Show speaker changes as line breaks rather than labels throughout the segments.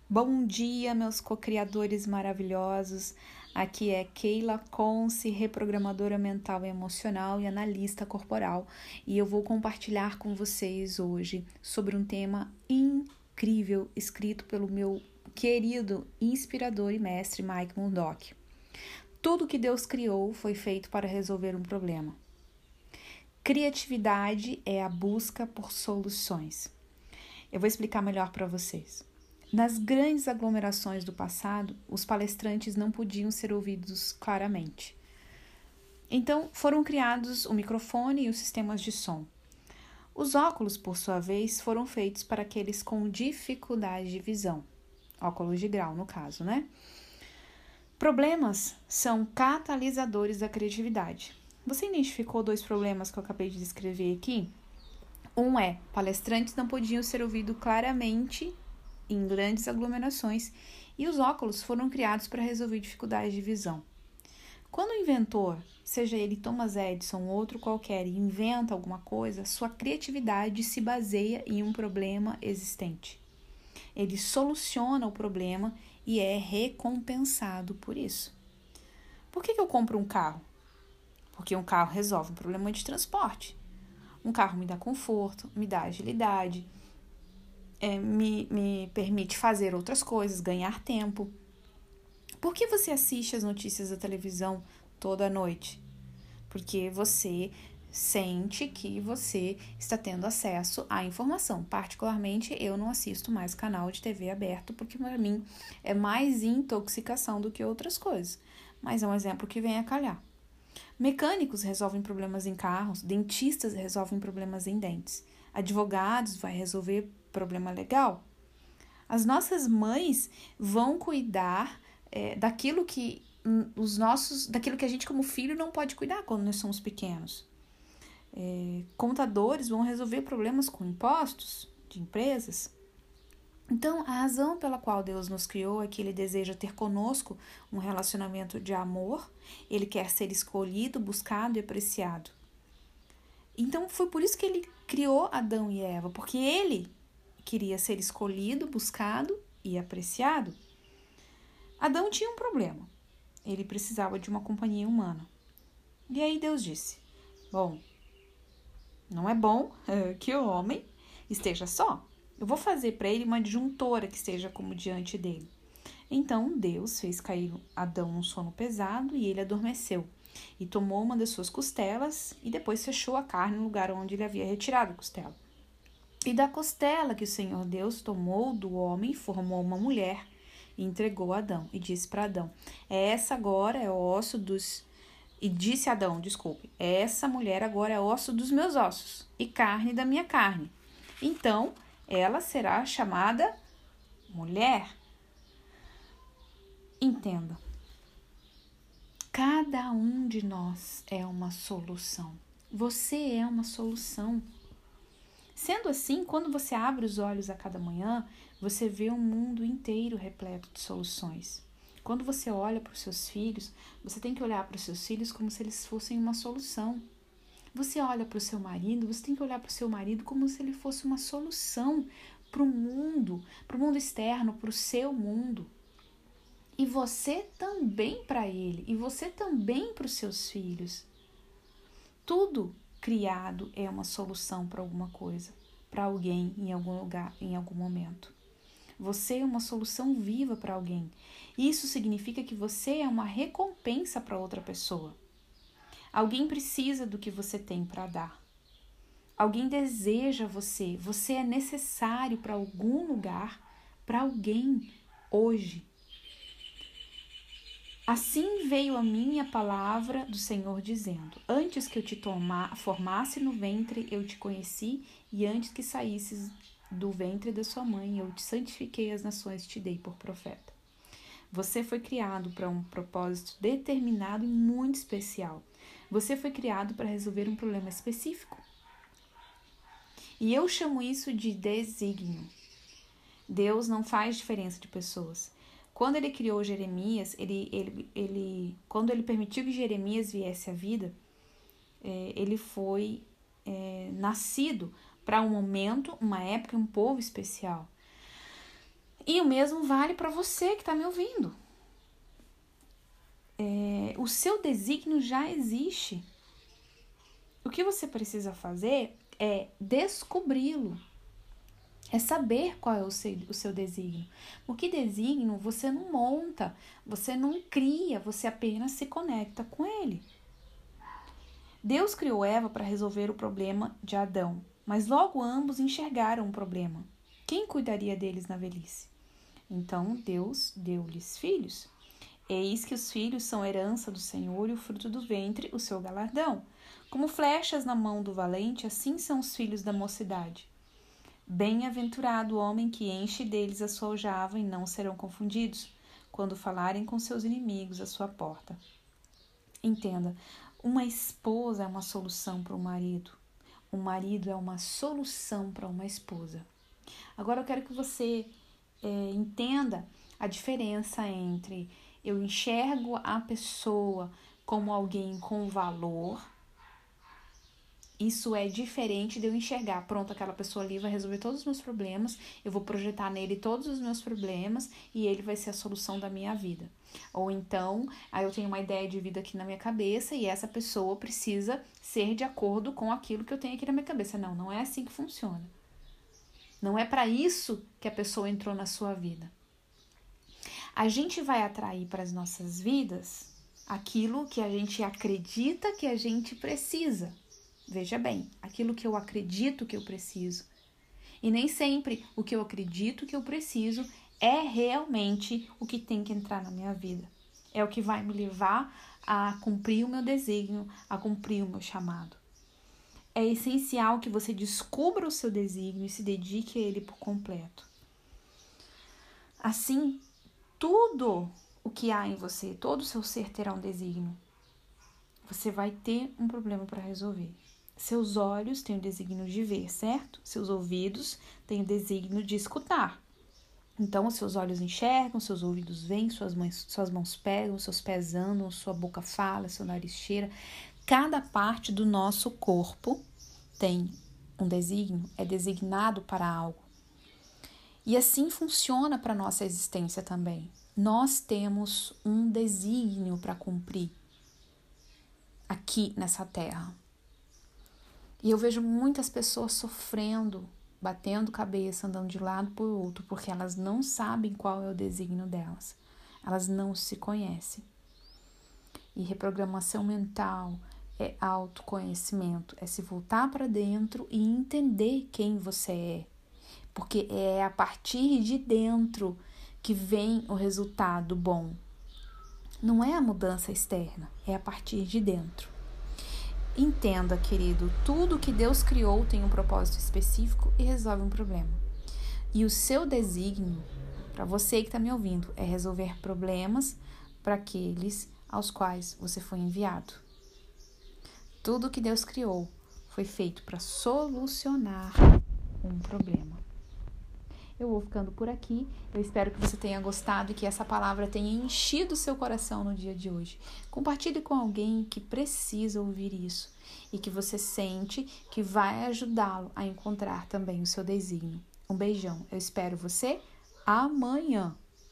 Bom dia, meus co-criadores maravilhosos. Aqui é Keila Conce, reprogramadora mental e emocional e analista corporal, e eu vou compartilhar com vocês hoje sobre um tema incrível escrito pelo meu querido inspirador e mestre Mike Murdock. Tudo que Deus criou foi feito para resolver um problema. Criatividade é a busca por soluções. Eu vou explicar melhor para vocês. Nas grandes aglomerações do passado, os palestrantes não podiam ser ouvidos claramente. Então, foram criados o microfone e os sistemas de som. Os óculos, por sua vez, foram feitos para aqueles com dificuldade de visão. Óculos de grau, no caso, né? Problemas são catalisadores da criatividade. Você identificou dois problemas que eu acabei de descrever aqui? Um é, palestrantes não podiam ser ouvidos claramente em grandes aglomerações, e os óculos foram criados para resolver dificuldades de visão. Quando o inventor, seja ele Thomas Edison ou outro qualquer, inventa alguma coisa, sua criatividade se baseia em um problema existente. Ele soluciona o problema e é recompensado por isso. Por que eu compro um carro? Porque um carro resolve um problema de transporte. Um carro me dá conforto, me dá agilidade, me permite fazer outras coisas, ganhar tempo. Por que você assiste as notícias da televisão toda noite? Porque você sente que você está tendo acesso à informação. Particularmente, eu não assisto mais canal de TV aberto, porque para mim é mais intoxicação do que outras coisas. Mas é um exemplo que vem a calhar. Mecânicos resolvem problemas em carros, dentistas resolvem problemas em dentes, advogados vai resolver problema legal. As nossas mães vão cuidar daquilo que daquilo que a gente como filho não pode cuidar quando nós somos pequenos. Contadores vão resolver problemas com impostos de empresas. Então, a razão pela qual Deus nos criou é que Ele deseja ter conosco um relacionamento de amor, Ele quer ser escolhido, buscado e apreciado. Então, foi por isso que Ele criou Adão e Eva, porque Ele queria ser escolhido, buscado e apreciado. Adão tinha um problema. Ele precisava de uma companhia humana. E aí Deus disse, bom, não é bom que o homem esteja só. Eu vou fazer para ele uma adjuntora que esteja como diante dele. Então Deus fez cair Adão num sono pesado e ele adormeceu. E tomou uma das suas costelas e depois fechou a carne no lugar onde ele havia retirado a costela. E da costela que o Senhor Deus tomou do homem, formou uma mulher e entregou a Adão. E disse para Adão, essa agora é osso dos... E disse a Adão, essa mulher agora é osso dos meus ossos e carne da minha carne. Então, ela será chamada mulher. Entenda, cada um de nós é uma solução. Você é uma solução. Sendo assim, quando você abre os olhos a cada manhã, você vê um mundo inteiro repleto de soluções. Quando você olha para os seus filhos, você tem que olhar para os seus filhos como se eles fossem uma solução. Você olha para o seu marido, você tem que olhar para o seu marido como se ele fosse uma solução para o mundo externo, para o seu mundo. E você também para ele, e você também para os seus filhos. Tudo criado é uma solução para alguma coisa, para alguém em algum lugar, em algum momento. Você é uma solução viva para alguém. Isso significa que você é uma recompensa para outra pessoa. Alguém precisa do que você tem para dar. Alguém deseja você. Você é necessário para algum lugar, para alguém hoje. Assim veio a minha palavra do Senhor dizendo, antes que eu te formasse no ventre, eu te conheci, e antes que saísses do ventre da sua mãe, eu te santifiquei as nações e te dei por profeta. Você foi criado para um propósito determinado e muito especial. Você foi criado para resolver um problema específico. E eu chamo isso de desígnio. Deus não faz diferença de pessoas. Quando ele criou Jeremias, quando ele permitiu que Jeremias viesse à vida, ele foi nascido para um momento, uma época, um povo especial. E o mesmo vale para você que está me ouvindo. O seu desígnio já existe. O que você precisa fazer é descobri-lo. É saber qual é o seu desígnio. Porque desígnio você não monta, você não cria, você apenas se conecta com ele. Deus criou Eva para resolver o problema de Adão, mas logo ambos enxergaram o problema. Quem cuidaria deles na velhice? Então Deus deu-lhes filhos. Eis que os filhos são herança do Senhor e o fruto do ventre, o seu galardão. Como flechas na mão do valente, assim são os filhos da mocidade. Bem-aventurado o homem que enche deles a sua aljava e não serão confundidos, quando falarem com seus inimigos à sua porta. Entenda, uma esposa é uma solução para o marido. Um marido é uma solução para uma esposa. Agora eu quero que você entenda a diferença entre eu enxergo a pessoa como alguém com valor. Isso é diferente de eu enxergar, pronto, aquela pessoa ali vai resolver todos os meus problemas, eu vou projetar nele todos os meus problemas e ele vai ser a solução da minha vida. Ou então, aí eu tenho uma ideia de vida aqui na minha cabeça e essa pessoa precisa ser de acordo com aquilo que eu tenho aqui na minha cabeça. Não, não é assim que funciona. Não é para isso que a pessoa entrou na sua vida. A gente vai atrair para as nossas vidas aquilo que a gente acredita que a gente precisa. Veja bem, aquilo que eu acredito que eu preciso. E nem sempre o que eu acredito que eu preciso é realmente o que tem que entrar na minha vida. É o que vai me levar a cumprir o meu desígnio, a cumprir o meu chamado. É essencial que você descubra o seu desígnio e se dedique a ele por completo. Assim, tudo o que há em você, todo o seu ser terá um desígnio. Você vai ter um problema para resolver. Seus olhos têm o desígnio de ver, certo? Seus ouvidos têm o desígnio de escutar. Então, os seus olhos enxergam, seus ouvidos veem, suas mãos pegam, seus pés andam, sua boca fala, seu nariz cheira. Cada parte do nosso corpo tem um desígnio, é designado para algo. E assim funciona para a nossa existência também. Nós temos um desígnio para cumprir aqui nessa terra. E eu vejo muitas pessoas sofrendo, batendo cabeça, andando de lado para o outro, porque elas não sabem qual é o desígnio delas. Elas não se conhecem. E reprogramação mental é autoconhecimento, é se voltar para dentro e entender quem você é. Porque é a partir de dentro que vem o resultado bom. Não é a mudança externa, é a partir de dentro. Entenda, querido, tudo que Deus criou tem um propósito específico e resolve um problema. E o seu desígnio, para você que está me ouvindo, é resolver problemas para aqueles aos quais você foi enviado. Tudo que Deus criou foi feito para solucionar um problema. Eu vou ficando por aqui. Eu espero que você tenha gostado e que essa palavra tenha enchido o seu coração no dia de hoje. Compartilhe com alguém que precisa ouvir isso e que você sente que vai ajudá-lo a encontrar também o seu desígnio. Um beijão. Eu espero você amanhã.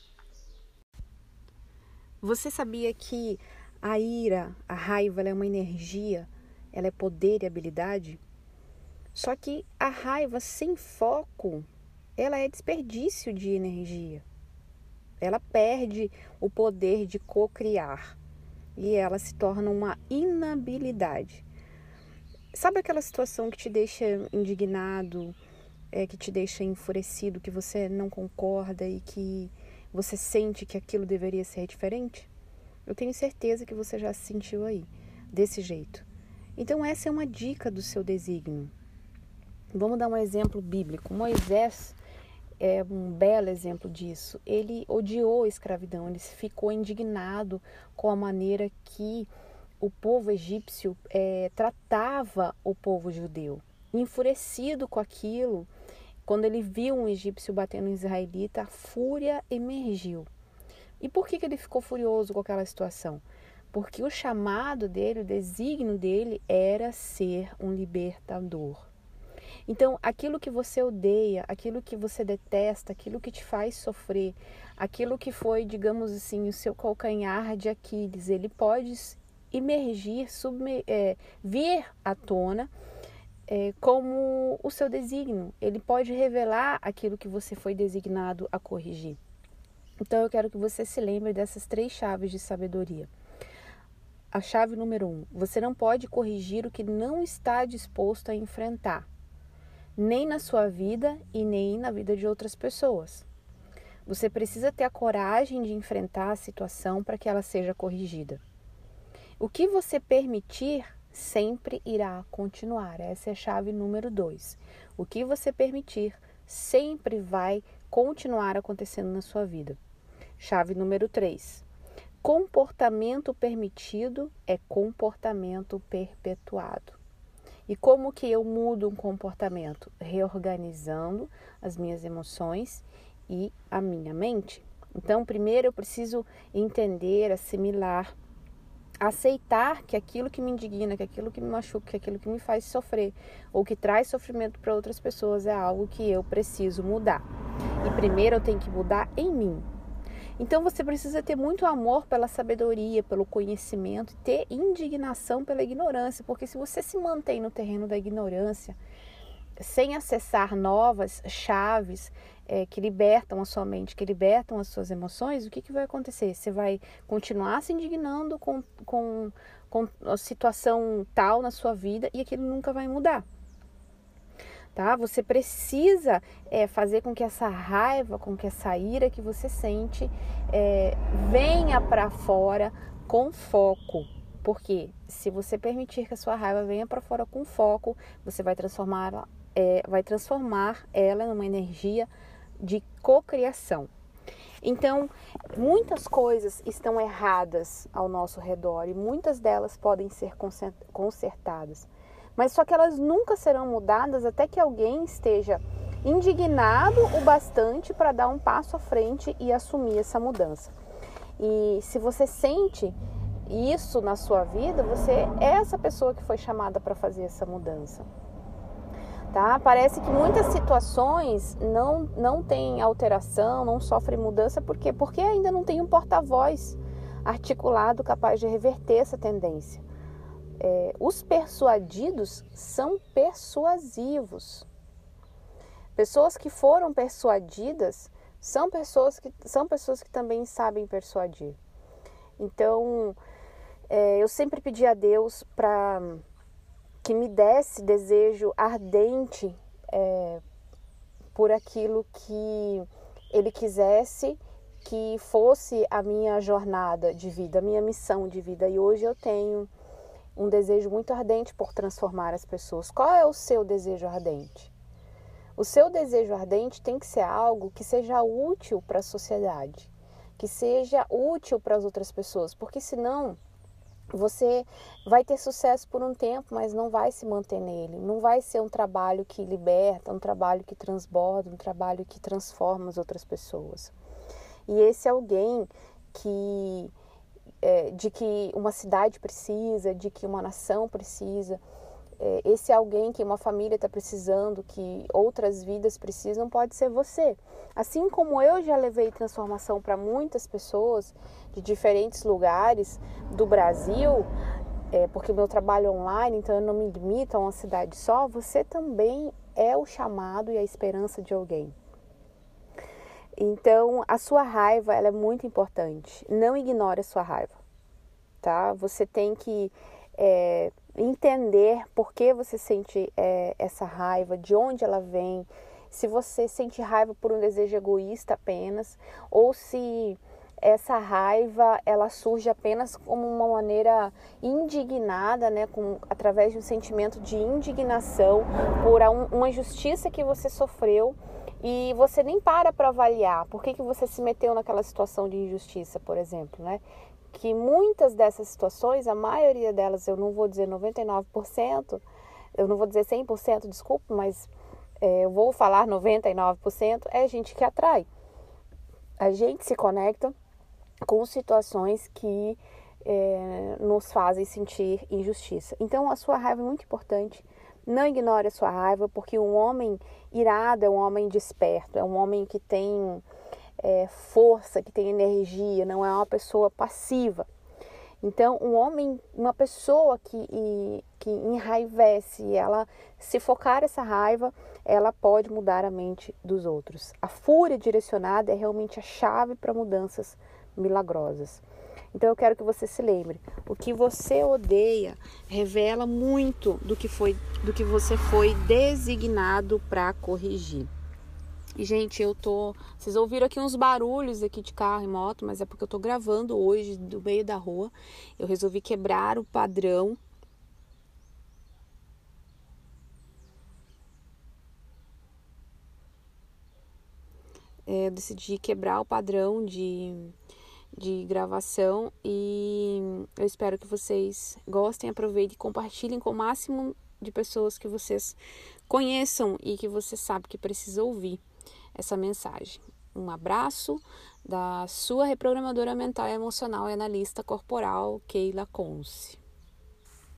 Você sabia que a ira, a raiva, ela é uma energia, ela é poder e habilidade? Só que a raiva sem foco, ela é desperdício de energia. Ela perde o poder de cocriar e ela se torna uma inabilidade. Sabe aquela situação que te deixa indignado, que te deixa enfurecido, que você não concorda e que você sente que aquilo deveria ser diferente? Eu tenho certeza que você já se sentiu aí, desse jeito. Então essa é uma dica do seu desígnio. Vamos dar um exemplo bíblico. Moisés é um belo exemplo disso. Ele odiou a escravidão, ele ficou indignado com a maneira que o povo egípcio tratava o povo judeu. Enfurecido com aquilo, quando ele viu um egípcio batendo um israelita, a fúria emergiu. E por que ele ficou furioso com aquela situação? Porque o chamado dele, o desígnio dele era ser um libertador. Então, aquilo que você odeia, aquilo que você detesta, aquilo que te faz sofrer, aquilo que foi, digamos assim, o seu calcanhar de Aquiles, ele pode emergir, vir à tona como o seu desígnio. Ele pode revelar aquilo que você foi designado a corrigir. Então, eu quero que você se lembre dessas 3 chaves de sabedoria. A chave número 1, você não pode corrigir o que não está disposto a enfrentar, nem na sua vida e nem na vida de outras pessoas. Você precisa ter a coragem de enfrentar a situação para que ela seja corrigida. O que você permitir sempre irá continuar. Essa é a chave número 2. O que você permitir sempre vai continuar acontecendo na sua vida. Chave número 3. Comportamento permitido é comportamento perpetuado. E como que eu mudo um comportamento? Reorganizando as minhas emoções e a minha mente. Então, primeiro eu preciso entender, assimilar, aceitar que aquilo que me indigna, que aquilo que me machuca, que aquilo que me faz sofrer ou que traz sofrimento para outras pessoas é algo que eu preciso mudar. E primeiro eu tenho que mudar em mim. Então você precisa ter muito amor pela sabedoria, pelo conhecimento, e ter indignação pela ignorância, porque se você se mantém no terreno da ignorância, sem acessar novas chaves que libertam a sua mente, que libertam as suas emoções, o que vai acontecer? Você vai continuar se indignando com a situação tal na sua vida e aquilo nunca vai mudar. Tá? Você precisa fazer com que essa raiva, com que essa ira que você sente venha para fora com foco. Porque se você permitir que a sua raiva venha para fora com foco, você vai transformar ela numa energia de cocriação. Então, muitas coisas estão erradas ao nosso redor e muitas delas podem ser consertadas. Mas só que elas nunca serão mudadas até que alguém esteja indignado o bastante para dar um passo à frente e assumir essa mudança. E se você sente isso na sua vida, você é essa pessoa que foi chamada para fazer essa mudança. Tá? Parece que muitas situações não têm alteração, não sofrem mudança. Por quê? Porque ainda não tem um porta-voz articulado capaz de reverter essa tendência. Os persuadidos são persuasivos. Pessoas que foram persuadidas são pessoas que também sabem persuadir. Então, eu sempre pedi a Deus para que me desse desejo ardente por aquilo que Ele quisesse que fosse a minha jornada de vida, a minha missão de vida. E hoje eu tenho um desejo muito ardente por transformar as pessoas. Qual é o seu desejo ardente? O seu desejo ardente tem que ser algo que seja útil para a sociedade, que seja útil para as outras pessoas, porque senão você vai ter sucesso por um tempo, mas não vai se manter nele. Não vai ser um trabalho que liberta, um trabalho que transborda, um trabalho que transforma as outras pessoas. E esse alguém de que uma cidade precisa, de que uma nação precisa, esse alguém que uma família está precisando, que outras vidas precisam, pode ser você. Assim como eu já levei transformação para muitas pessoas de diferentes lugares do Brasil, porque o meu trabalho é online, então eu não me limito a uma cidade só, você também é o chamado e a esperança de alguém. Então, a sua raiva, ela é muito importante. Não ignore a sua raiva, tá? Você tem que entender por que você sente essa raiva, de onde ela vem, se você sente raiva por um desejo egoísta apenas, ou se essa raiva ela surge apenas como uma maneira indignada, né, através de um sentimento de indignação por uma injustiça que você sofreu e você nem para avaliar por que você se meteu naquela situação de injustiça, por exemplo, né? Que muitas dessas situações, a maioria delas, eu não vou dizer 99%, eu não vou dizer 100%, desculpa, mas eu vou falar 99%, é a gente que atrai. A gente se conecta com situações que nos fazem sentir injustiça. Então, a sua raiva é muito importante Não ignore a sua raiva, porque um homem irado é um homem desperto, é um homem que tem força, que tem energia, não é uma pessoa passiva. Então, uma pessoa que enraivece, ela se focar essa raiva, ela pode mudar a mente dos outros. A fúria direcionada é realmente a chave para mudanças milagrosas. Então, eu quero que você se lembre, o que você odeia revela muito do que você foi designado para corrigir. E, gente, vocês ouviram aqui uns barulhos aqui de carro e moto, mas é porque eu tô gravando hoje do meio da rua. Eu resolvi quebrar o padrão. Eu decidi quebrar o padrão de gravação e eu espero que vocês gostem, aproveitem e compartilhem com o máximo de pessoas que vocês conheçam e que você sabe que precisa ouvir essa mensagem. Um abraço da sua reprogramadora mental e emocional e analista corporal, Keila Conce.